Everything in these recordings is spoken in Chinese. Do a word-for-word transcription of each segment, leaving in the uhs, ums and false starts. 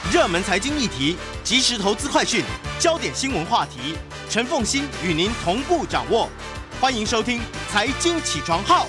热门财经议题、即时投资快讯、焦点新闻话题，陈凤馨与您同步掌握。欢迎收听《财经起床号》。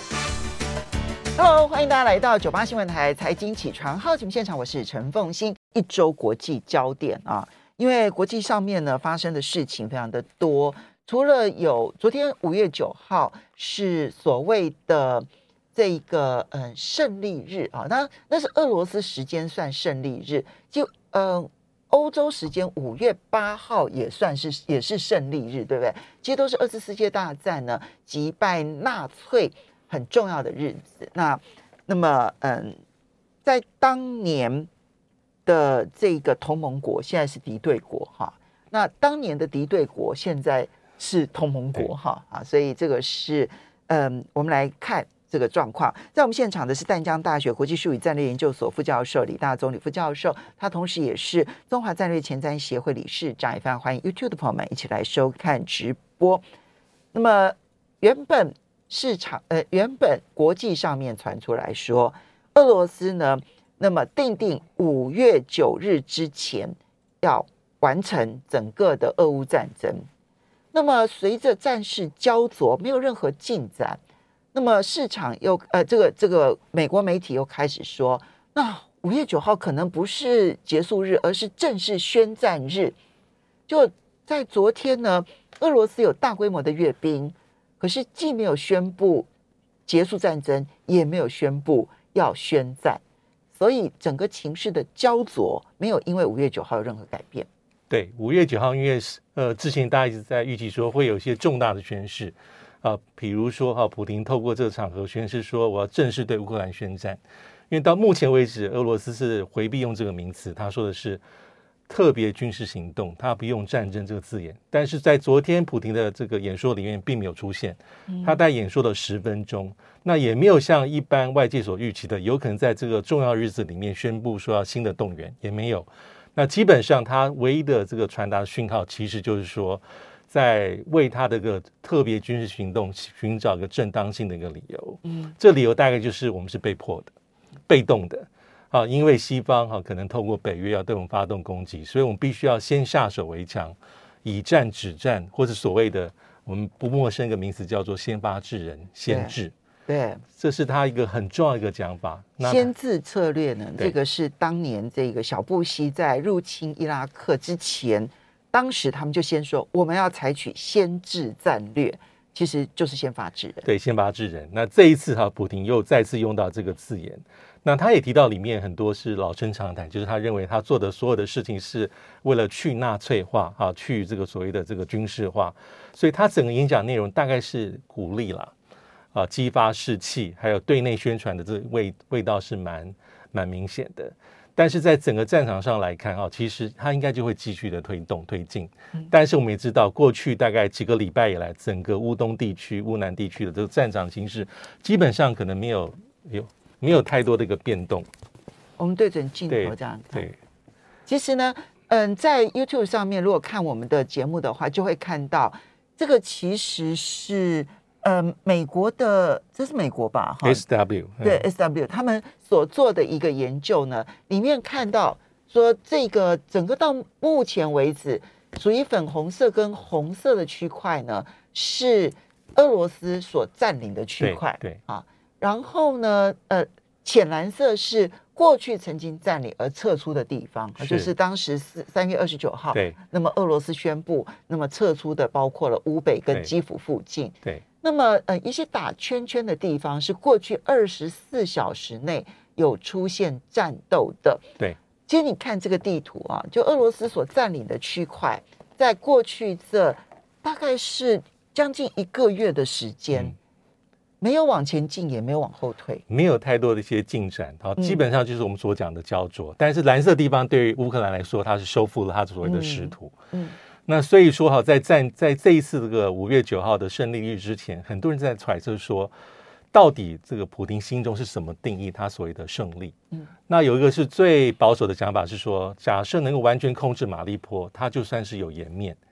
Hello， 欢迎大家来到九八新闻台财经起床号节目现场，我是陈凤馨。一周国际焦点啊，因为国际上面呢发生的事情非常的多，除了有昨天五月九号是所谓的这个嗯胜利日啊，那那是俄罗斯时间算胜利日，就嗯欧洲时间五月八号也算是也是胜利日，对不对？其实都是二次世界大战呢击败纳粹很重要的日子。那那么嗯，在当年的这个同盟国现在是敌对国哈，那当年的敌对国现在是同盟国哈啊，所以这个是嗯，我们来看这个状况。在我们现场的是淡江大学国际术语战略研究所副教授李大宗李副教授，他同时也是中华战略前瞻协会理事长，也非常欢迎 YouTube 的朋友们一起来收看直播。那么原本市场呃，原本国际上面传出来说，俄罗斯呢，那么定定五月九日之前要完成整个的俄乌战争。那么随着战事焦灼，没有任何进展，那么市场又呃，这个这个美国媒体又开始说，那五月九号可能不是结束日，而是正式宣战日。就在昨天呢，俄罗斯有大规模的阅兵。可是既没有宣布结束战争，也没有宣布要宣战，所以整个情势的焦灼没有因为五月九号有任何改变。 对，五月九号因为呃之前大家一直在预计说会有一些重大的宣示啊、呃，比如说哈、啊，普丁透过这个场合宣示说我要正式对乌克兰宣战，因为到目前为止俄罗斯是回避用这个名词，他说的是特别军事行动，他不用战争这个字眼，但是在昨天普丁的这个演说里面并没有出现，他在演说了十分钟，那也没有像一般外界所预期的，有可能在这个重要日子里面宣布说要新的动员，也没有。那基本上他唯一的这个传达讯号，其实就是说，在为他的这个特别军事行动寻找一个正当性的一个理由。嗯，这理由大概就是我们是被迫的、被动的。啊，因为西方哈、啊、可能透过北约要对我们发动攻击，所以我们必须要先下手为强，以战止战，或者所谓的我们不陌生一个名词叫做先发制人、先制。 对， 这是他一个很重要的一个讲法。 先制策略呢，这个是当年这个小布希在入侵伊拉克之前，当时他们就先说我们要采取先制战略。其实就是先发制人， 对，先发制人。那这一次哈、啊，普丁又再次用到这个字眼。那他也提到里面很多是老生常谈，就是他认为他做的所有的事情是为了去纳粹化啊，去这个所谓的这个军事化。所以他整个演讲内容大概是鼓励啦，啊，激发士气，还有对内宣传的这味味道是蛮蛮明显的。但是在整个战场上来看啊，其实它应该就会继续的推动推进。但是我们也知道，过去大概几个礼拜以来，整个乌东地区、乌南地区的这个战场形势，基本上可能没有有没有太多的一个变动。 我们对准镜头这样看。 对， 其实呢，嗯，在 YouTube 上面，如果看我们的节目的话，就会看到这个其实是。呃，美国的这是美国吧 ？S W 对 S W 他们所做的一个研究呢，里面看到说，这个整个到目前为止，属于粉红色跟红色的区块呢，是俄罗斯所占领的区块， 对, 对啊，然后呢，呃，浅蓝色是过去曾经占领而撤出的地方，是就是当时三月二十九号， 对， 那么俄罗斯宣布，那么撤出的包括了乌北跟基辅附近， 对。对那么，呃，一些打圈圈的地方是过去二十四小时内有出现战斗的。 对， 其实你看这个地图啊，就俄罗斯所占领的区块，在过去这大概是将近一个月的时间，嗯、没有往前进，也没有往后退， 没有太多的一些进展。好，基本上就是我们所讲的焦灼。嗯、但是蓝色地方对于乌克兰来说，它是收复了它所谓的失土。嗯。嗯那所以说哈，在战在这一次这个五月九号的胜利日之前，很多人在揣测说，到底这个普丁心中是什么定义他所谓的胜利？嗯，那有一个是最保守的讲法是说，假设能够完全控制马利坡，他就算是有颜面，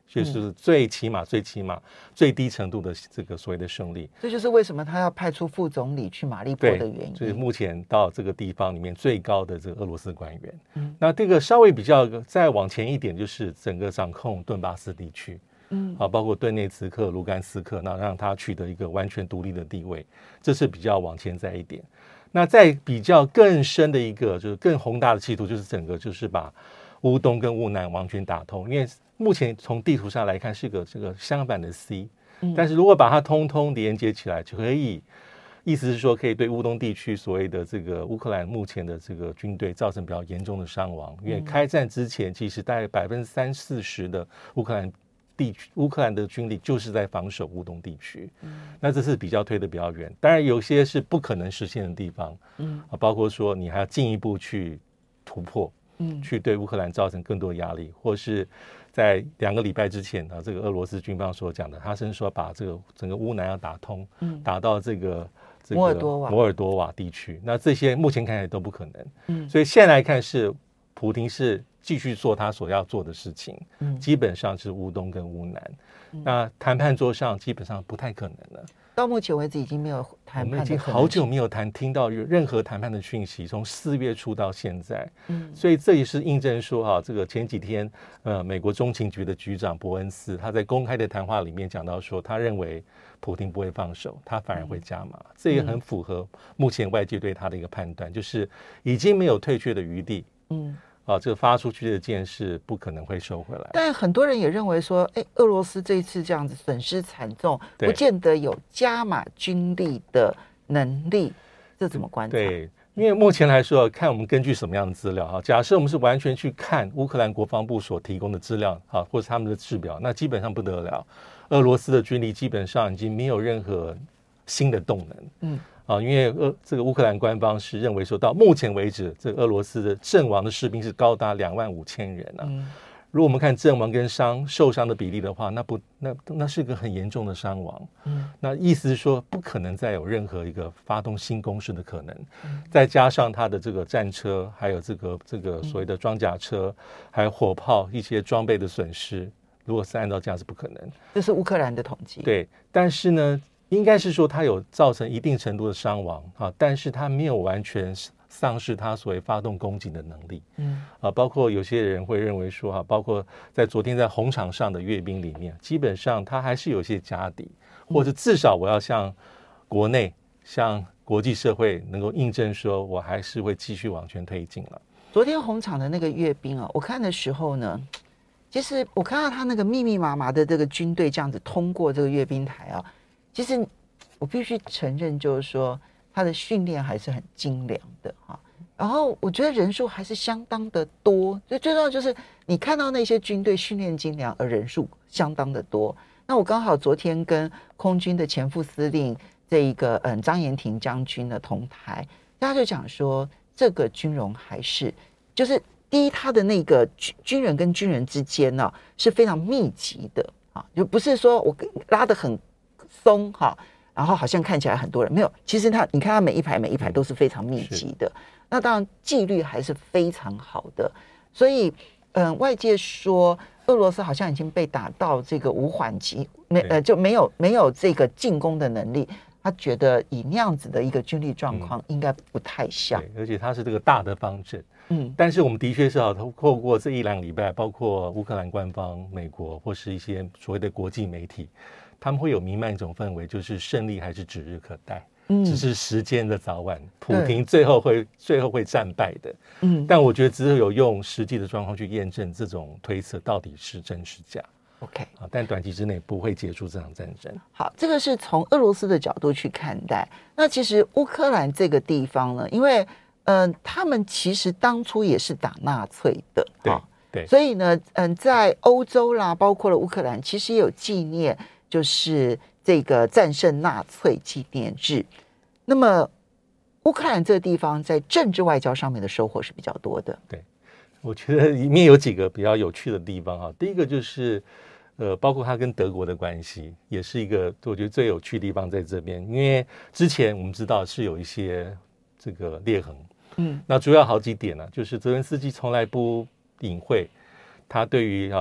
就是最起码、最起码、最低程度的这个所谓的胜利。 这就是为什么他要派出副总理去马利波的原因。 就是目前到这个地方里面最高的这个俄罗斯官员。嗯，那这个稍微比较再往前一点，就是整个掌控顿巴斯地区。嗯，啊，包括顿涅茨克、卢甘斯克，那让他取得一个完全独立的地位，这是比较往前再一点。那再比较更深的一个，就是更宏大的企图，就是整个就是把乌东跟乌南完全打通，因为目前从地图上来看是个这个相反的 C，嗯，但是如果把它通通连接起来，就可以，意思是说可以对乌东地区所谓的这个乌克兰目前的这个军队造成比较严重的伤亡，因为开战之前其实大概百分之三四十的乌克兰地区乌克兰的军力就是在防守乌东地区，嗯，那这是比较推得比较远，当然有些是不可能实现的地方，嗯，啊，包括说你还要进一步去突破。嗯，去对乌克兰造成更多压力，或是在两个礼拜之前啊，这个俄罗斯军方所讲的，他是说把这个整个乌南要打通，嗯，打到这个这个摩尔多瓦摩尔多瓦地区，那这些目前看起来都不可能，嗯，所以现在来看是普丁是继续做他所要做的事情，嗯，基本上是乌东跟乌南，嗯，那谈判桌上基本上不太可能了。 到目前为止已经没有谈判的可能性，我们已经好久没有谈听到有任何谈判的讯息，从四月初到现在，嗯，所以这也是印证说哈、啊，这个前几天呃，美国中情局的局长伯恩斯他在公开的谈话里面讲到说，他认为普丁不会放手，他反而会加码，嗯，这也很符合目前外界对他的一个判断，就是已经没有退却的余地，嗯。啊，这个发出去的箭是不可能会收回来。 但很多人也认为说，哎，俄罗斯这一次这样子损失惨重，不见得有加码军力的能力，这怎么观察？ 对，因为目前来说，看我们根据什么样的资料哈，假设我们是完全去看乌克兰国防部所提供的资料啊，或者他们的制表，那基本上不得了，俄罗斯的军力基本上已经没有任何新的动能。嗯。啊，因为俄这个乌克兰官方是认为说到目前为止，这个俄罗斯的阵亡的士兵是高达两万五千人啊。嗯，如果我们看阵亡跟伤受伤的比例的话，那不那那是一个很严重的伤亡。嗯，那意思是说不可能再有任何一个发动新攻势的可能。嗯，再加上他的这个战车，还有这个这个所谓的装甲车，还有火炮一些装备的损失，如果是按照这样是不可能。 这是乌克兰的统计。 对，但是呢。应该是说它有造成一定程度的伤亡啊，但是它没有完全丧失它所谓发动攻击的能力。嗯啊，包括有些人会认为说哈、啊，包括在昨天在红场上的阅兵里面，基本上它还是有些家底，或者至少我要向国内、向国际社会能够印证说，我还是会继续往前推进了。 昨天红场的那个阅兵啊，我看的时候呢，其实我看到他那个密密麻麻的这个军队这样子通过这个阅兵台啊。其实我必须承认，就是说他的训练还是很精良的哈。然后我觉得人数还是相当的多，最最重要就是你看到那些军队训练精良，而人数相当的多。那我刚好昨天跟空军的前副司令这一个嗯张延廷将军的同台，大家就讲说这个军容还是就是第一，他的那个军军人跟军人之间呢、啊、是非常密集的啊，就不是说我拉得很松哈，然后好像看起来很多人没有，其实他你看他每一排每一排都是非常密集的，那当然纪律还是非常好的，所以嗯、呃，外界说俄罗斯好像已经被打到这个无缓急，没呃就没有没有这个进攻的能力，他觉得以那样子的一个军力状况应该不太像， 对，而且他是这个大的方阵。嗯，但是我们的确是好透过这一两礼拜，包括乌克兰官方、美国或是一些所谓的国际媒体。他们会有弥漫一种氛围，就是胜利还是指日可待，嗯，只是时间的早晚，普丁最后会最后会战败的，嗯，但我觉得只有用实际的状况去验证这种推测到底是真是假 ，OK 啊，但短期之内不会结束这场战争。 好，这个是从俄罗斯的角度去看待。那其实乌克兰这个地方呢，因为嗯、呃，他们其实当初也是打纳粹的， 对、哦、对， 所以呢，嗯，在欧洲啦，包括了乌克兰，其实也有纪念。就是这个战胜纳粹纪念日。那么乌克兰这个地方在政治外交上面的收获是比较多的。 对，我觉得里面有几个比较有趣的地方哈。第一个就是呃，包括它跟德国的关系，也是一个我觉得最有趣的地方在这边。因为之前我们知道是有一些这个裂痕，嗯，那主要好几点呢、啊，就是泽连斯基从来不隐晦他对于啊。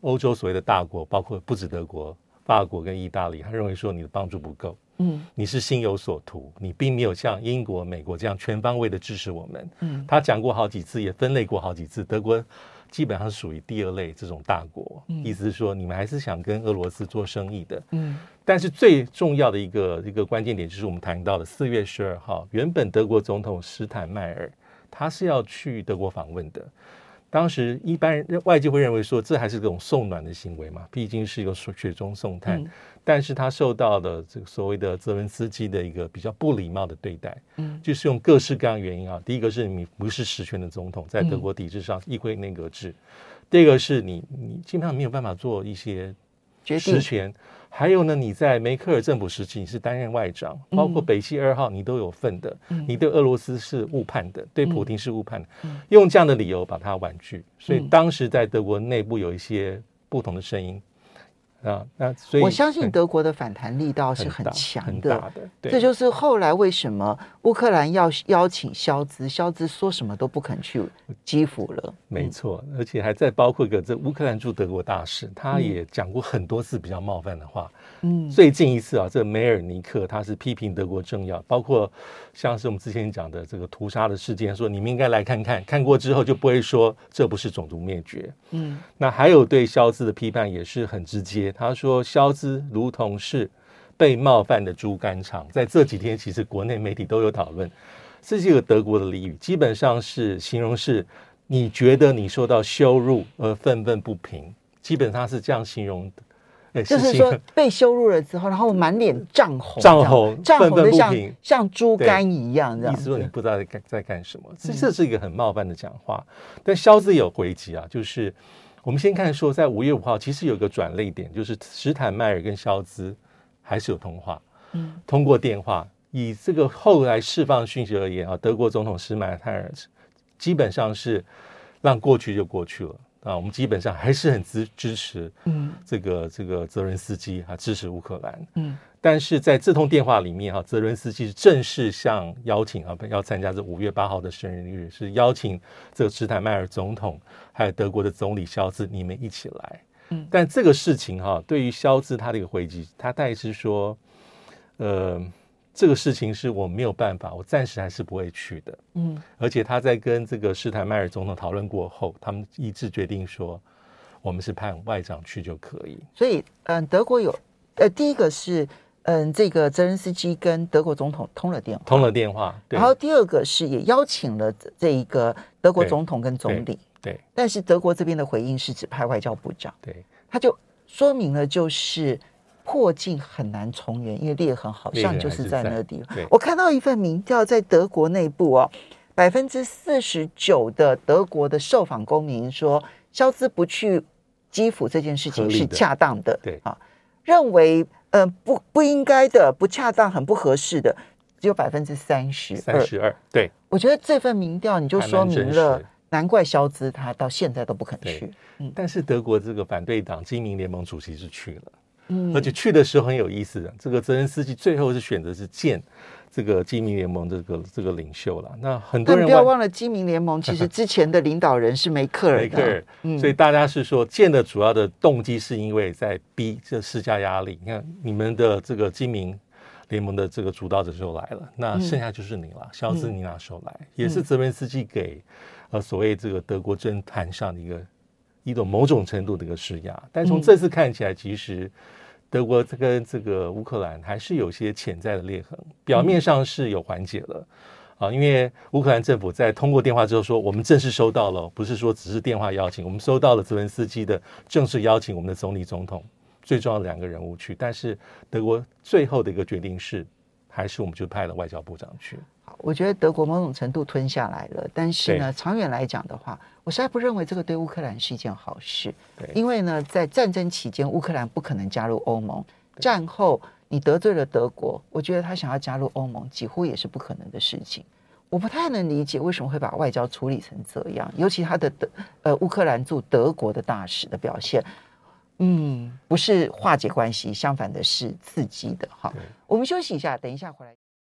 欧洲所谓的大国，包括不止德国、法国跟意大利，他认为说你的帮助不够，嗯，你是心有所图，你并没有像英国、美国这样全方位的支持我们。嗯，他讲过好几次，也分类过好几次，德国基本上是属于第二类这种大国，嗯、意思是说你们还是想跟俄罗斯做生意的。嗯，但是最重要的一个一个关键点就是我们谈到的四月十二号，原本德国总统施坦迈尔他是要去德国访问的。当时一般人外界会认为说这还是这种送暖的行为嘛，毕竟是一个雪中送炭，嗯、但是他受到了这个所谓的泽伦斯基的一个比较不礼貌的对待，嗯，就是用各式各样的原因啊，第一个是你不是实权的总统，在德国体制上议会内阁制，嗯、第二个是你你基本上没有办法做一些实权，还有呢，你在梅克尔政府时期你是担任外长，包括北溪二号你都有份的，嗯、你对俄罗斯是误判的，对普丁是误判的，嗯、用这样的理由把它婉拒，所以当时在德国内部有一些不同的声音。啊，那所以我相信德国的反弹力道是很强的， 很大的，对， 这就是后来为什么乌克兰要邀请肖兹，肖兹说什么都不肯去基辅了。 没错，嗯、而且还再包括一个这乌克兰驻德国大使，他也讲过很多次比较冒犯的话。嗯，最近一次啊，这个梅尔尼克他是批评德国政要，包括像是我们之前讲的这个屠杀的事件，说你们应该来看看，看过之后就不会说这不是种族灭绝。嗯，那还有对肖兹的批判也是很直接。他说肖兹如同是被冒犯的猪肝肠，在这几天其实国内媒体都有讨论，这是一个德国的俚语，基本上是形容是你觉得你受到羞辱而愤愤不平，基本上是这样形容的， 就是说被羞辱了之后，然后满脸涨红， 涨红， 涨红的像愤愤不平， 像猪肝一样，这样意思说你不知道在干在干什么，这这是一个很冒犯的讲话。嗯、但肖兹有回击啊，就是我们先看说，在五月五号，其实有个转捩点，就是施坦迈尔跟肖兹还是有通话，嗯，通过电话。以这个后来释放讯息而言啊，德国总统施迈泰尔基本上是让过去就过去了啊，我们基本上还是很支支持，嗯，这个这个泽伦斯基啊，支持乌克兰，嗯，但是在这通电话里面哈、啊，泽伦斯基正式向邀请啊，要参加这五月八号的生日，是邀请这个施坦迈尔总统还有德国的总理肖兹你们一起来，嗯，但这个事情哈、啊，对于肖兹他的一个回击，他大概是说，呃。这个事情是我没有办法，我暂时还是不会去的。嗯，而且他在跟这个施坦迈尔总统讨论过后，他们一致决定说，我们是派外长去就可以。 所以，嗯，德国有，呃，第一个是，嗯，这个泽连斯基跟德国总统通了电话， 通了电话。对， 然后第二个是也邀请了这一个德国总统跟总理。 对，对但是德国这边的回应是只派外交部长。 对， 他就说明了就是。破镜很难重圆，因为裂痕好像就是在那个地方。我看到一份民调，在德国内部哦，百分之四十九的德国的受访公民说，肖兹不去基辅这件事情是恰当的， 对啊，认为呃不不应该的、不恰当、很不合适的，只有百分之三十二。 三十二，对， 我觉得这份民调你就说明了。难怪肖兹他到现在都不肯去。 嗯，但是德国这个反对党基民联盟主席是去了。嗯，而且去的时候很有意思的，这个泽连斯基最后是选择是见这个基民联盟这个这个领袖了。那很多人但不要忘了，基民联盟其实之前的领导人是梅克尔的， 梅克尔，嗯、所以大家是说见的主要的动机是因为在逼这施加压力。你看你们的这个基民联盟的这个主导者就来了，那剩下就是你了，肖兹你拿手来，嗯、也是泽连斯基给呃所谓这个德国政坛上的一个。一种某种程度的一个施压，但从这次看起来，其实德国跟这个乌克兰还是有些潜在的裂痕，表面上是有缓解了啊，因为乌克兰政府在通过电话之后说，我们正式收到了，不是说只是电话邀请，我们收到了泽连斯基的正式邀请，我们的总理总统最重要的两个人物去，但是德国最后的一个决定是，还是我们就派了外交部长去。 我觉得德国某种程度吞下来了，但是呢，长远来讲的话，我实在不认为这个对乌克兰是一件好事。因为呢，在战争期间，乌克兰不可能加入欧盟。战后你得罪了德国，我觉得他想要加入欧盟，几乎也是不可能的事情。我不太能理解为什么会把外交处理成这样，尤其他的德呃乌克兰驻德国的大使的表现，嗯，不是化解关系，相反的是刺激的。哈，我们休息一下，等一下回来。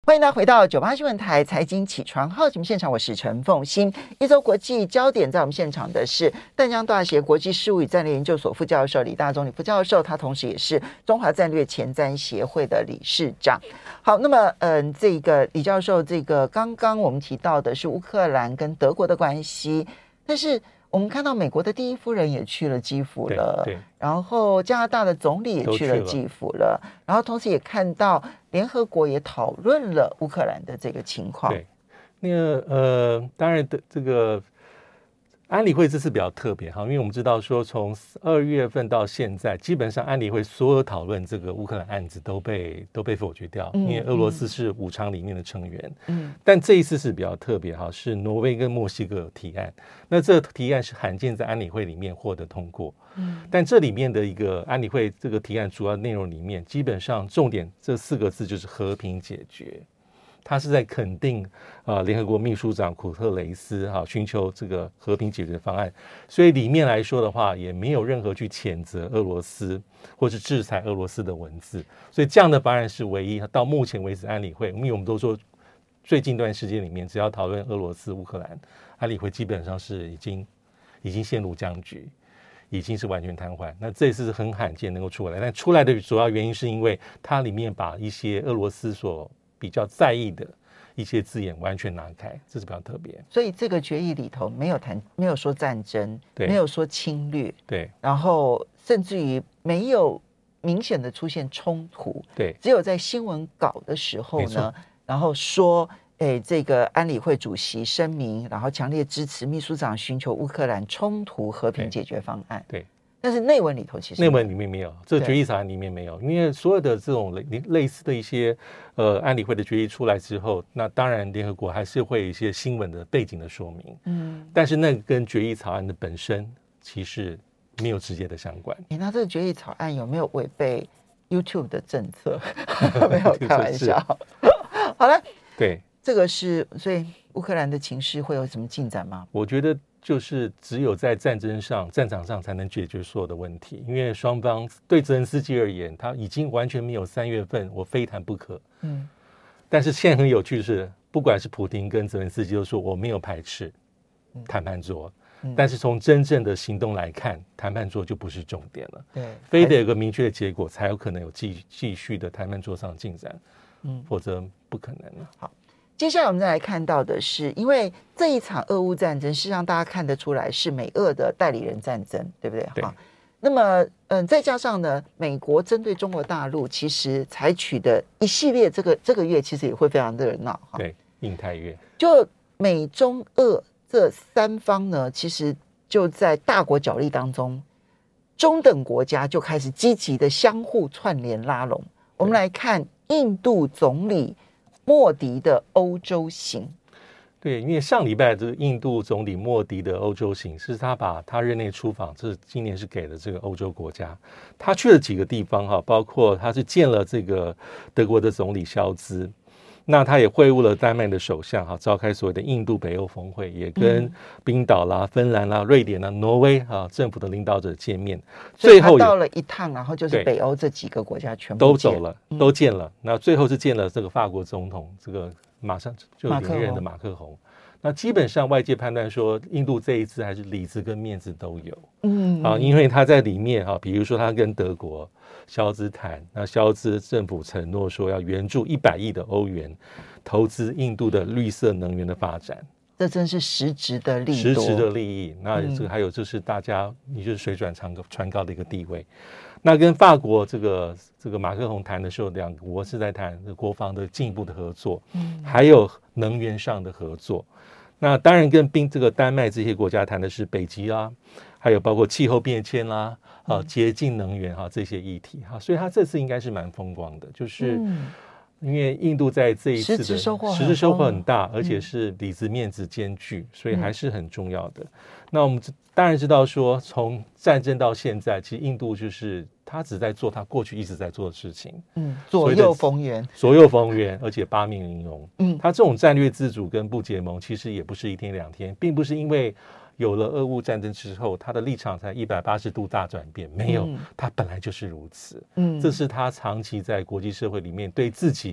欢迎大家回到九八新闻台财经起床号节目现场，我是陈凤馨。一周国际焦点，在我们现场的是淡江大学国际事务与战略研究所副教授李大中李副教授，他同时也是中华战略前瞻协会的理事长。好，那么嗯，这个李教授，这个刚刚我们提到的是乌克兰跟德国的关系，但是我们看到美国的第一夫人也去了基辅了， 对对， 然后加拿大的总理也去了基辅了，然后同时也看到联合国也讨论了乌克兰的这个情况。 对，那个呃，当然的这个安理会这次比较特别哈，因为我们知道说从二月份到现在，基本上安理会所有讨论这个乌克兰案子都被都被否决掉，嗯、因为俄罗斯是五常里面的成员。嗯，但这一次是比较特别哈，是挪威跟墨西哥有提案，那这个提案是罕见在安理会里面获得通过。嗯，但这里面的一个安理会这个提案主要内容里面，基本上重点这四个字就是和平解决。他是在肯定呃联合国秘书长古特雷斯哈、啊、寻求这个和平解决方案，所以里面来说的话，也没有任何去谴责俄罗斯或是制裁俄罗斯的文字，所以这样的方案是唯一到目前为止安理会，因为我们都说最近一段时间里面，只要讨论俄罗斯、乌克兰，安理会基本上是已经已经陷入僵局。已经是完全瘫痪，那这次是很罕见能够出来，但出来的主要原因是因为它里面把一些俄罗斯所比较在意的一些字眼完全拿开，这是比较特别。 所以这个决议里头没有谈，没有说战争，没有说侵略， 对， 然后甚至于没有明显的出现冲突， 对， 只有在新闻稿的时候呢，然后说，哎，这个安理会主席声明，然后强烈支持秘书长寻求乌克兰冲突和平解决方案， 对。对， 但是内文里头其实内文里面没有，这个决议草案里面没有，因为所有的这种 类, 类似的一些呃安理会的决议出来之后，那当然联合国还是会有一些新闻的背景的说明，嗯，但是那跟决议草案的本身其实没有直接的相关。 哎，那这个决议草案有没有违背 YouTube 的政策？没有，开玩笑。好了， 对， 这个是，所以乌克兰的情势会有什么进展吗？ 我觉得就是只有在战争上、战场上才能解决所有的问题，因为双方对泽连斯基而言，他已经完全没有三月份我非谈不可。嗯，但是现在很有趣的是，不管是普丁跟泽连斯基都说我没有排斥谈判桌，嗯、但是从真正的行动来看，谈判桌就不是重点了。对，非得有个明确的结果，才有可能有继继续的谈判桌上进展。嗯，否则不可能了。 好。接下来我们再来看到的是，因为这一场俄乌战争，事实上大家看得出来是美俄的代理人战争，对不对？ 对。 那么，嗯，再加上呢，美国针对中国大陆，其实采取的一系列这个这个月，其实也会非常热闹。 对，印太月。 就美中俄这三方呢，其实就在大国角力当中，中等国家就开始积极的相互串联拉拢。我们来看印度总理莫迪的欧洲行。 对，因为上礼拜这个印度总理莫迪的欧洲行是他把他任内出访，这今年是给了这个欧洲国家，他去了几个地方哈，包括他是见了这个德国的总理肖兹，那他也会晤了丹麦的首相哈，召开所谓的印度北欧峰会，也跟冰岛啦、嗯、芬兰啦、瑞典啦、挪威啊政府的领导者见面。 最后到了一趟，然后就是北欧这几个国家全部都走了，都见了。那、嗯、最后是见了这个法国总统，这个马上就连任的马克宏。那基本上外界判断说，印度这一次还是里子跟面子都有，嗯啊，因为他在里面哈，比如说他跟德国肖兹谈，那肖兹政府承诺说要援助一百亿的欧元，投资印度的绿色能源的发展， 这真是实质的利益， 实质的利益。那这个还有就是大家，你就是水转船高船高的一个地位。那跟法国这个这个马克宏谈的时候，两国是在谈国防的进一步的合作，嗯，还有能源上的合作。那当然跟冰这个丹麦这些国家谈的是北极啦，还有包括气候变迁啦，啊，洁净能源哈这些议题哈，所以他这次应该是蛮风光的，就是因为印度在这一次的实质收获实质收获很大，而且是里子面子兼具，所以还是很重要的。那我们当然知道说，从战争到现在，其实印度就是他只在做他过去一直在做的事情，嗯， 左右逢源， 左右逢源，而且八面玲珑。嗯，他这种战略自主跟不结盟，其实也不是一天两天，并不是因为有了俄乌战争之后，他的立场才一百八十度大转变，没有，他本来就是如此。嗯，这是他长期在国际社会里面对自己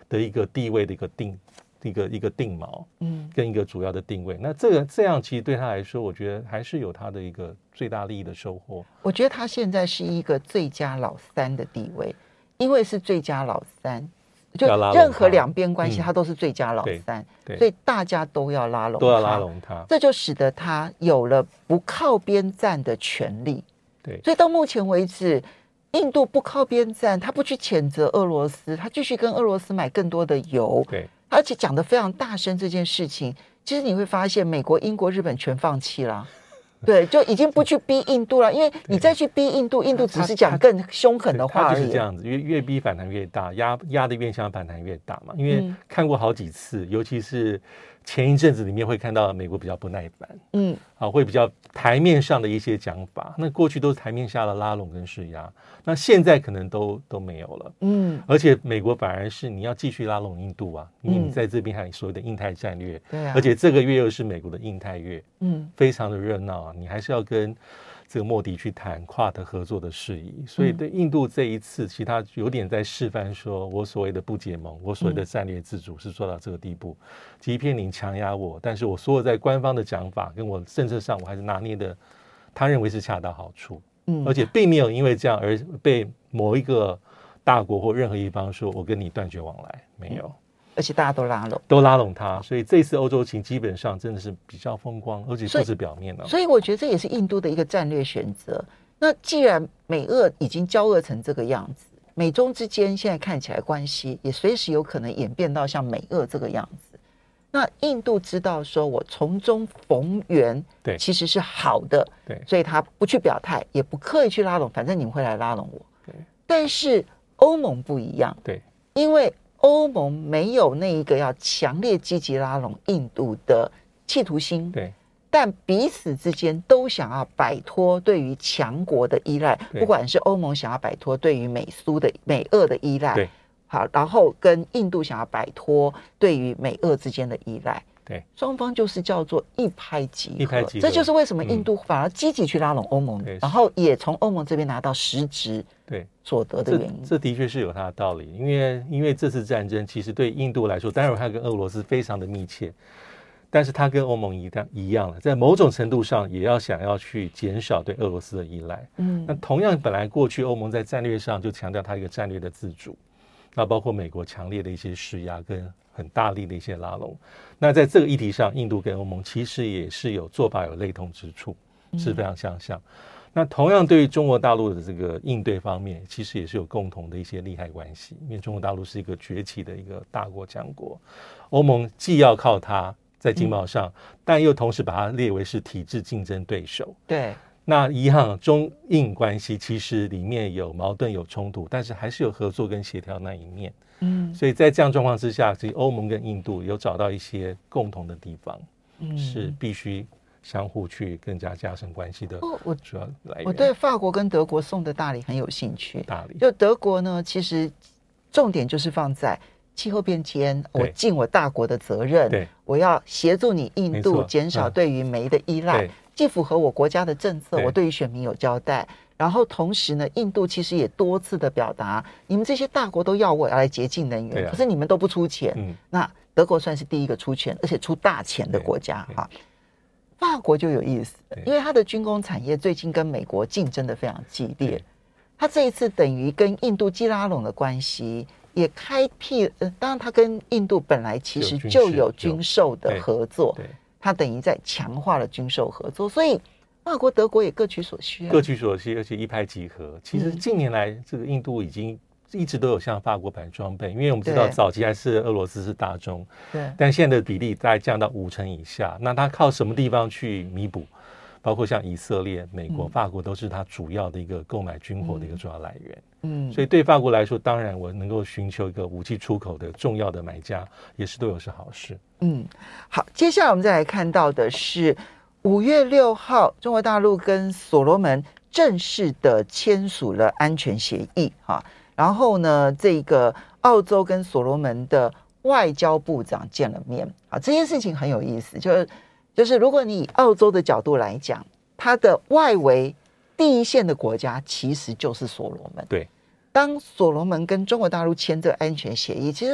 的一个地位的一个定一个一个定锚， 嗯， 跟一个主要的定位。那这个这样其实对他来说，我觉得还是有他的一个最大利益的收获。 我觉得他现在是一个最佳老三的地位，因为是最佳老三，就任何两边关系他都是最佳老三， 嗯、 所以大家都要拉拢他， 都要拉拢他， 这就使得他有了不靠边站的权利。 对， 所以到目前为止，印度不靠边站，他不去谴责俄罗斯，他继续跟俄罗斯买更多的油， 对， 而且讲得非常大声。这件事情，其实你会发现，美国、英国、日本全放弃了。对，就已经不去逼印度了，因为你再去逼印度，印度只是讲更凶狠的话而已。 他就是这样子，越越逼反弹越大，压压的越想反弹越大嘛。因为看过好几次，嗯、尤其是前一阵子里面会看到美国比较不耐烦，嗯，啊，会比较台面上的一些讲法。那过去都是台面下的拉拢跟施压，那现在可能都都没有了，嗯。而且美国反而是你要继续拉拢印度啊，因为你在这边还有所谓的印太战略，对啊。而且这个月又是美国的印太月，嗯，非常的热闹啊。你还是要跟这个莫迪去谈跨的合作的事宜，所以对印度这一次，其实他有点在示范说，我所谓的不结盟，我所谓的战略自主是做到这个地步。即便你强压我，但是我所有在官方的讲法跟我政策上，我还是拿捏的，他认为是恰到好处。嗯，而且并没有因为这样而被某一个大国或任何一方说我跟你断绝往来，没有。 而且大家都拉拢， 都拉拢他，所以这次欧洲情基本上真的是比较风光，而且不止表面了。 所以我觉得这也是印度的一个战略选择。那既然美俄已经交恶成这个样子，美中之间现在看起来关系也随时有可能演变到像美俄这个样子。那印度知道说我从中逢源，对，其实是好的，对，所以他不去表态，也不刻意去拉拢，反正你们会来拉拢我。对，但是欧盟不一样，对，因为欧盟没有那一个要强烈积极拉拢印度的企图心，对，但彼此之间都想要摆脱对于强国的依赖，不管是欧盟想要摆脱对于美苏的美俄的依赖，对，好，然后跟印度想要摆脱对于美俄之间的依赖，对，双方就是叫做一拍即合，一拍即合，这就是为什么印度反而积极去拉拢欧盟，嗯、然后也从欧盟这边拿到实质对所得的原因。 这, 这的确是有它的道理，因为因为这次战争其实对印度来说，当然它跟俄罗斯非常的密切，但是它跟欧盟一样一样了，在某种程度上也要想要去减少对俄罗斯的依赖。嗯，那同样本来过去欧盟在战略上就强调它一个战略的自主，那包括美国强烈的一些施压跟很大力的一些拉拢，那在这个议题上，印度跟欧盟其实也是有做法有类同之处，是非常相像。嗯，那同样对于中国大陆的这个应对方面，其实也是有共同的一些利害关系，因为中国大陆是一个崛起的一个大国强国，欧盟既要靠它在经贸上，嗯、但又同时把它列为是体制竞争对手。对，那一样中印关系其实里面有矛盾有冲突，但是还是有合作跟协调那一面。嗯，所以在这样状况之下，其实欧盟跟印度有找到一些共同的地方，嗯、是必须相互去更加加深关系的主要来源。 我对法国跟德国送的大礼很有兴趣。 大礼就德国呢，其实重点就是放在气候变迁，我尽我大国的责任，对，我要协助你印度减少对于煤的依赖，嗯、既符合我国家的政策，我对于选民有交代。然后同时呢，印度其实也多次的表达，你们这些大国都要我要来洁净能源，啊、可是你们都不出钱。嗯、那德国算是第一个出钱，而且出大钱的国家哈。法国就有意思，因为它的军工产业最近跟美国竞争的非常激烈，它这一次等于跟印度既拉拢的关系，也开辟，呃，当然它跟印度本来其实就有军售的合作，它等于在强化了军售合作，所以法国、德国也各取所需、啊， 各取所需，而且一拍即合。其实近年来，这个印度已经一直都有向法国买装备，因为我们知道早期还是俄罗斯是大宗，对，但现在的比例大概降到五成以下。那它靠什么地方去弥补？包括像以色列、美国、嗯、法国都是它主要的一个购买军火的一个主要来源。嗯，所以对法国来说，当然我能够寻求一个武器出口的重要的买家，也是对我是好事。 嗯，好，接下来我们再来看到的是五月六号，中国大陆跟所罗门正式的签署了安全协议哈。然后呢，这个澳洲跟所罗门的外交部长见了面啊，这件事情很有意思，就是就是如果你以澳洲的角度来讲，它的外围第一线的国家其实就是所罗门。 对， 当所罗门跟中国大陆签这个安全协议，其实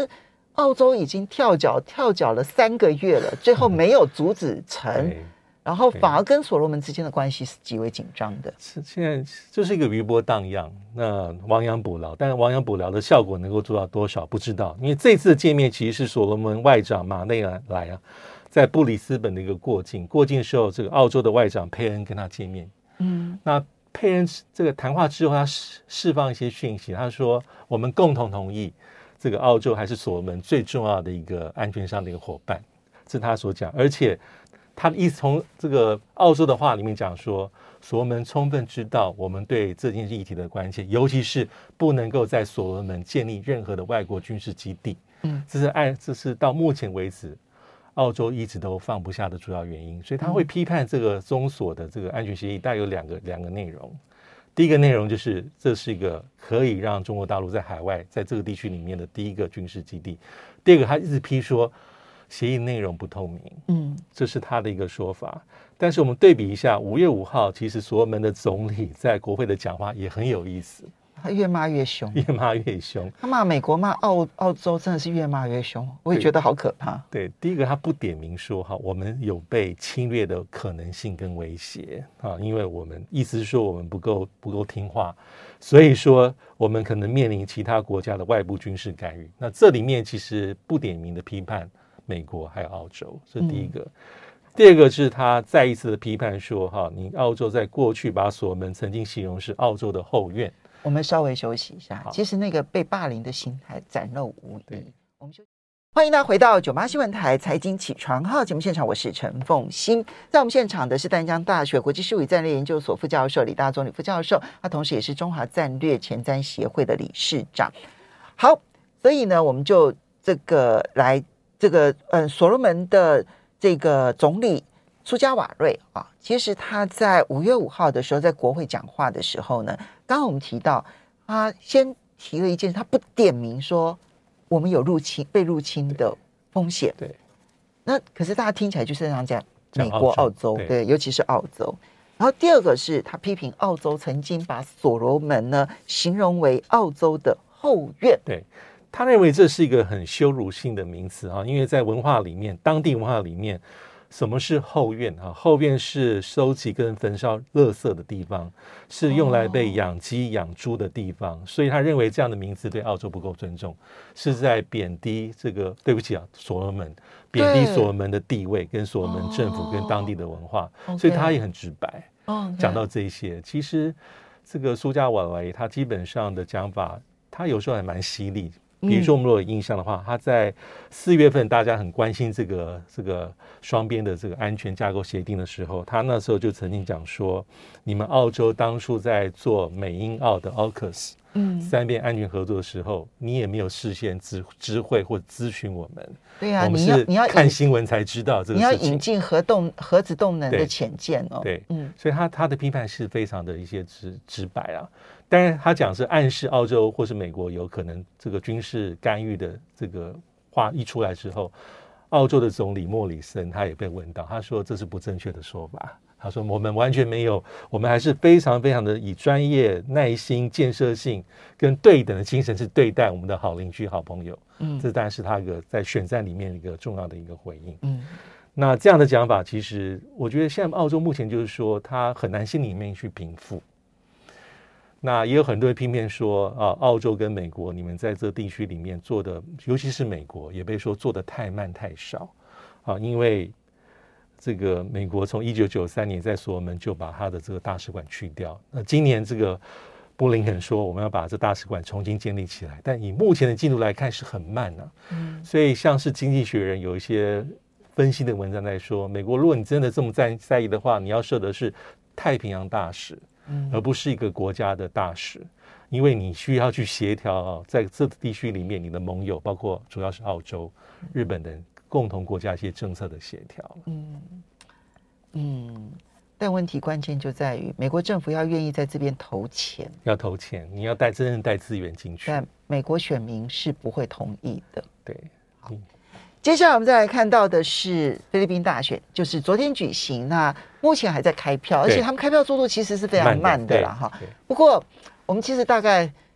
澳洲已经跳脚跳脚了三个月了，最后没有阻止成，然后反而跟所罗门之间的关系是极为紧张的。 是现在就是一个余波荡漾，那亡羊补牢，但是亡羊补牢的效果能够做到多少不知道，因为这次的见面其实是所罗门外长马内莱啊，在布里斯本的一个过境，过境的时候，这个澳洲的外长佩恩跟他见面，嗯，那佩恩这个谈话之后，他释放一些讯息，他说我们共同同意。这个澳洲还是所罗门最重要的一个安全上的一个伙伴，这是他所讲。而且他的意思从这个澳洲的话里面讲说，所罗门充分知道我们对这件议题的关切，尤其是不能够在所罗门建立任何的外国军事基地。嗯，这是按这是到目前为止澳洲一直都放不下的主要原因。所以他会批判这个中所的这个安全协议，大概有两个两个内容。第一个内容就是，这是一个可以让中国大陆在海外，在这个地区里面的第一个军事基地。第二个，他一直批说协议内容不透明，嗯，这是他的一个说法。但是我们对比一下，五月五号，其实所罗门的总理在国会的讲话也很有意思。 他越骂越凶， 越骂越凶。 他骂美国、骂澳澳洲，真的是越骂越凶。我也觉得好可怕。 对，对第一个他不点名说哈，我们有被侵略的可能性跟威胁啊，因为我们意思是说我们不够不够听话，所以说我们可能面临其他国家的外部军事干预。那这里面其实不点名的批判美国还有澳洲，这是第一个。嗯第二个是他再一次的批判说哈，你澳洲在过去把所罗门曾经形容是澳洲的后院。 我们稍微休息一下，其实那个被霸凌的心态展露无遗。我们休息。欢迎大家回到九八新闻台财经起床号节目现场，我是陈凤馨。在我们现场的是淡江大学国际事务与战略研究所副教授李大宗李副教授，他同时也是中华战略前瞻协会的理事长。好，所以呢，我们就这个来这个嗯，所罗门的这个总理苏加瓦瑞啊，其实他在五月五号的时候在国会讲话的时候呢，刚刚我们提到他先提了一件，他不点名说我们有入侵被入侵的风险。 对， 那可是大家听起来就是这样讲，美国、 澳澳洲，对，对，尤其是澳洲。然后第二个是他批评澳洲曾经把所罗门呢形容为澳洲的后院。 对。他认为这是一个很羞辱性的名词啊，因为在文化里面，当地文化里面，什么是后院啊？后院是收集跟焚烧垃圾的地方，是用来被养鸡养猪的地方，所以他认为这样的名词对澳洲不够尊重，是在贬低这个，对不起啊，所罗门，贬低所罗门的地位跟所罗门政府跟当地的文化，哦、所以他也很直白，哦、讲到这些。其实这个苏加瓦雷他基本上的讲法，他有时候还蛮犀利。比如说，我们如果有印象的话，他在四月份大家很关心这个这个双边的这个安全架构协定的时候，他那时候就曾经讲说，你们澳洲当初在做美英澳的 A U K U S 嗯三边安全合作的时候，你也没有事先知知会或咨询我们。 对啊， 我们是看新闻才知道这个事情。 你要引进核动核子动能的潜舰哦。 对，嗯，所以他他的批判是非常的一些直直白啊。当然，他讲是暗示澳洲或是美国有可能这个军事干预的这个话一出来之后，澳洲的总理莫里森他也被问到，他说这是不正确的说法。他说我们完全没有，我们还是非常非常的以专业、耐心、建设性跟对等的精神去对待我们的好邻居、好朋友。嗯，这当然是他一个在选战里面一个重要的一个回应。嗯，那这样的讲法，其实我觉得现在澳洲目前就是说，他很难心里面去平复。那也有很多人批评说啊，澳洲跟美国你们在这地区里面做的，尤其是美国也被说做的太慢太少啊，因为这个美国从一九九三年在所罗门就把他的这个大使馆去掉，那今年这个布林肯说我们要把这大使馆重新建立起来，但以目前的进度来看是很慢啊。嗯，所以像是经济学人有一些分析的文章在说，美国如果你真的这么在在意的话，你要设的是太平洋大使，而不是一个国家的大使，因为你需要去协调啊，在这地区里面你的盟友，包括主要是澳洲、日本等共同国家一些政策的协调。嗯嗯，但问题关键就在于美国政府要愿意在这边投钱， 要投钱，你要带真正带资源进去， 但美国选民是不会同意的。 对，好。嗯， 接下来我们再来看到的是菲律宾大选，就是昨天举行，那目前还在开票，而且他们开票速度其实是非常慢的啦哈。不过我们其实大概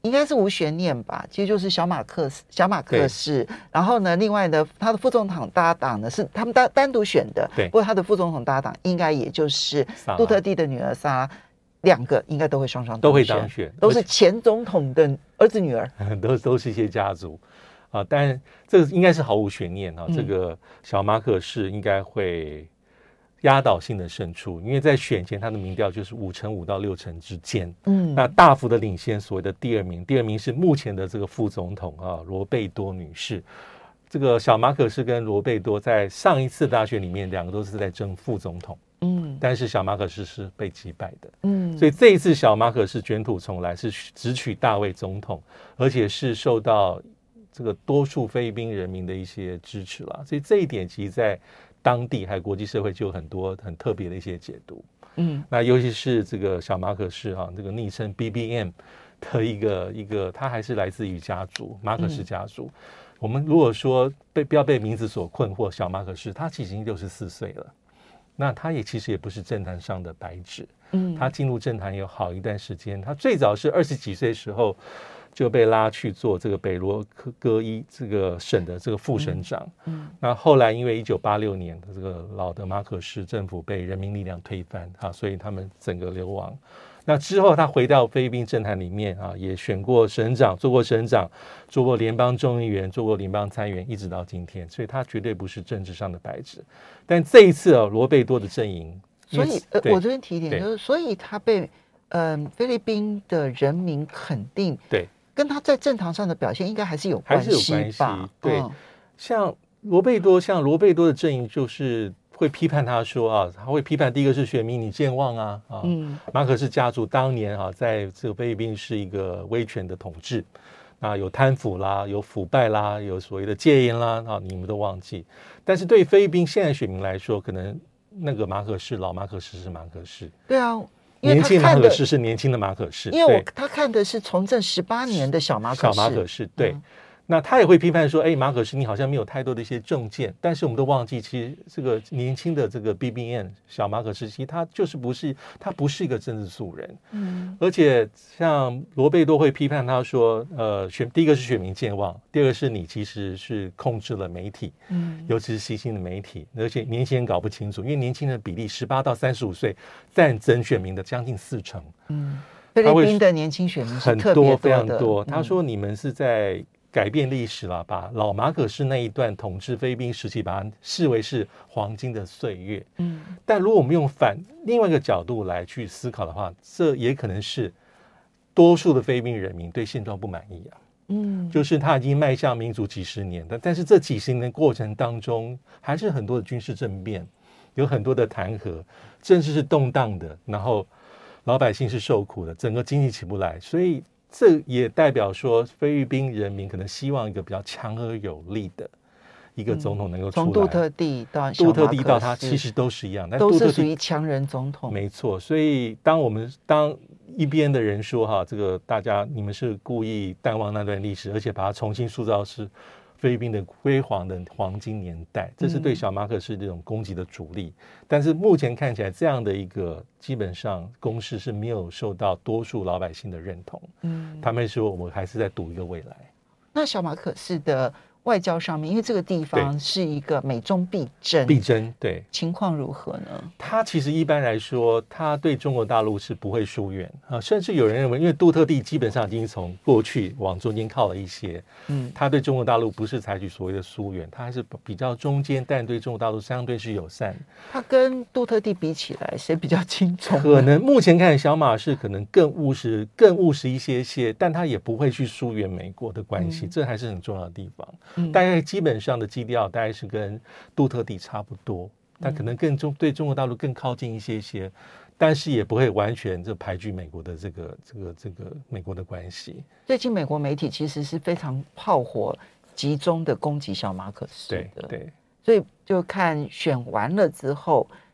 应该是无悬念吧，其实就是小马克思小马克思，然后呢，另外呢，他的副总统搭档呢是他们单单独选的， 对， 不过他的副总统搭档应该也就是杜特地的女儿萨拉，两个应该都会双双都会当选， 都是前总统的儿子女儿， 都都是一些家族啊，但这个应该是毫无悬念啊，嗯、这个小马可仕应该会压倒性的胜出，因为在选前他的民调就是五成五到六成之间，嗯，那大幅的领先所谓的第二名，第二名是目前的这个副总统啊罗贝多女士。这个小马可仕跟罗贝多在上一次大选里面，两个都是在争副总统，嗯，但是小马可仕是被击败的，嗯，所以这一次小马可仕卷土重来，是直取大位总统，而且是受到这个多数菲律宾人民的一些支持啦，所以这一点其实在当地还有国际社会就有很多很特别的一些解读，嗯，那尤其是这个小马可仕哈、啊，这个昵称 B B M 的一个一个，他还是来自于家族马可仕家族。嗯、我们如果说被不要被名字所困惑，小马可仕他其实已经六十四岁了，那他也其实也不是政坛上的白纸，嗯，他进入政坛有好一段时间，他最早是二十几岁的时候就被拉去做这个北罗戈伊这个省的这个副省长，嗯，嗯那后来因为一九八六年的这个老的马可仕政府被人民力量推翻啊，所以他们整个流亡。那之后他回到菲律宾政坛里面啊，也选过省长，做过省长，做过联邦众议员，做过联邦参议员，一直到今天，所以他绝对不是政治上的白纸。但这一次啊，罗贝多的阵营， 所以呃，我这边提一点就是，所以他被嗯、呃、菲律宾的人民肯定，对。跟他在政坛上的表现应该还是有关系吧？还是有关系。 对，嗯、像罗贝多，像罗贝多的阵营就是会批判他说啊，他会批判第一个是选民你健忘啊啊，嗯、马可仕家族当年啊，在这个菲律宾是一个威权的统治，啊有贪腐啦，有腐败啦，有所谓的戒烟啦啊，你们都忘记。但是对菲律宾现在选民来说，可能那个马可仕老马可仕是马可仕。 对啊。 年轻马可仕是年轻的马可仕， 因为我他看的是从政十八年的小马可仕， 小马可仕对。嗯、那他也会批判说，哎，马可仕你好像没有太多的一些政见，但是我们都忘记，其实这个年轻的这个 B B N 小马可仕，其实他就是不是他不是一个政治素人，嗯，而且像罗贝多会批判他说，呃，选第一个是选民健忘，第二个是你其实是控制了媒体，嗯，尤其是新兴的媒体，而且年轻人搞不清楚，因为年轻人的比例十八到三十五岁占整选民的将近四成， 嗯，菲律宾的年轻选民是特别多的， 很多非常多。他说你们是在改变历史了，把老马可仕那一段统治菲律宾时期，把它视为是黄金的岁月。嗯，但如果我们用反另外一个角度来去思考的话，这也可能是多数的菲律宾人民对现状不满意啊。嗯，就是他已经迈向民主几十年的，但是这几十年的过程当中，还是很多的军事政变，有很多的弹劾，政治是动荡的，然后老百姓是受苦的，整个经济起不来，所以这也代表说菲律宾人民可能希望一个比较强而有力的一个总统能够出来。 从杜特地到杜特地到他其实都是一样，但都是属于强人总统。 没错，所以当我们当一边的人说哈，这个大家你们是故意淡忘那段历史，而且把它重新塑造是菲律宾的辉煌的黄金年代，这是对小马可仕这种攻击的主力。嗯、但是目前看起来，这样的一个基本上攻势是没有受到多数老百姓的认同。嗯，他们说我们还是在赌一个未来。 那小马可仕的外交上面，因为这个地方是一个美中必争， 必争对情况如何呢？ 他其实一般来说，他对中国大陆是不会疏远啊，甚至有人认为，因为杜特地基本上已经从过去往中间靠了一些，嗯，他对中国大陆不是采取所谓的疏远，他还是比较中间，但对中国大陆相对是友善。 他跟杜特地比起来，谁比较轻松？ 可能目前看小马是可能更务实，更务实一些些，但他也不会去疏远美国的关系，嗯、这还是很重要的地方。嗯、大概基本上的基调大概是跟杜特地差不多，但可能更中对中国大陆更靠近一些些，但是也不会完全就排拒美国的这个这个这个美国的关系。 最近美国媒体其实是非常炮火集中的攻击小马可仕的， 对对， 所以就看选完了之后，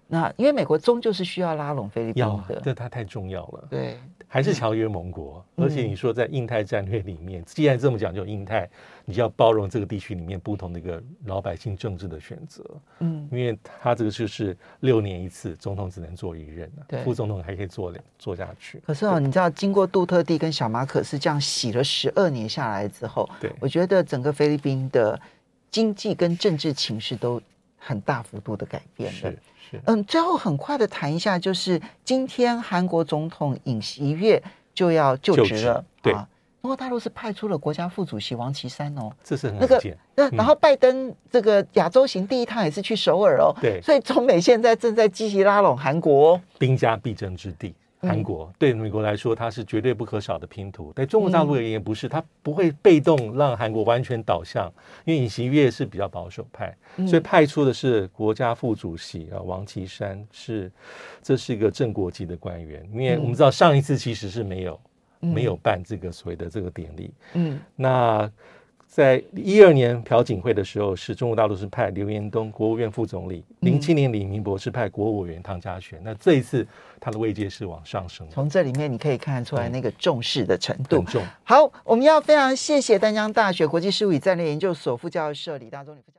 那因为美国终究是需要拉拢菲律宾要的， 这它太重要了。 对， 还是条约盟国， 嗯而且你说在印太战略里面，既然这么讲究印太，你就要包容这个地区里面不同的一个老百姓政治的选择。 嗯， 因为他这个就是六年一次，总统只能做一任， 对， 副总统还可以做做下去。 可是哦，你知道，经过杜特地跟小马可斯这样洗了十二年下来之后， 对， 我觉得整个菲律宾的经济跟政治情势都很大幅度的改变了。 是是， 嗯，最后很快的谈一下，就是今天韩国总统尹锡悦就要就职了， 对。 啊，中国大陆是派出了国家副主席王岐山哦， 这是很那个罕见。 那然后拜登这个亚洲行第一趟也是去首尔哦， 对， 所以中美现在正在积极拉拢韩国，哦， 兵家必争之地。韩国、嗯、对美国来说，它是绝对不可少的拼图。对中国大陆而言，不是，它不会被动让韩国完全倒向，因为尹锡悦是比较保守派，所以派出的是国家副主席啊王岐山，是这是一个正国级的官员。因为我们知道上一次其实是没有、嗯、没有办这个所谓的这个典礼，嗯，那。在一二年朴槿惠的时候，是中国大陆是派刘延东国务院副总理；零七年李明博是派国务委员唐家璇。那这一次他的位阶是往上升的， 从这里面你可以看得出来那个重视的程度。 很重。 好，我们要非常谢谢淡江大学国际事务与战略研究所副教授李大中李副教授。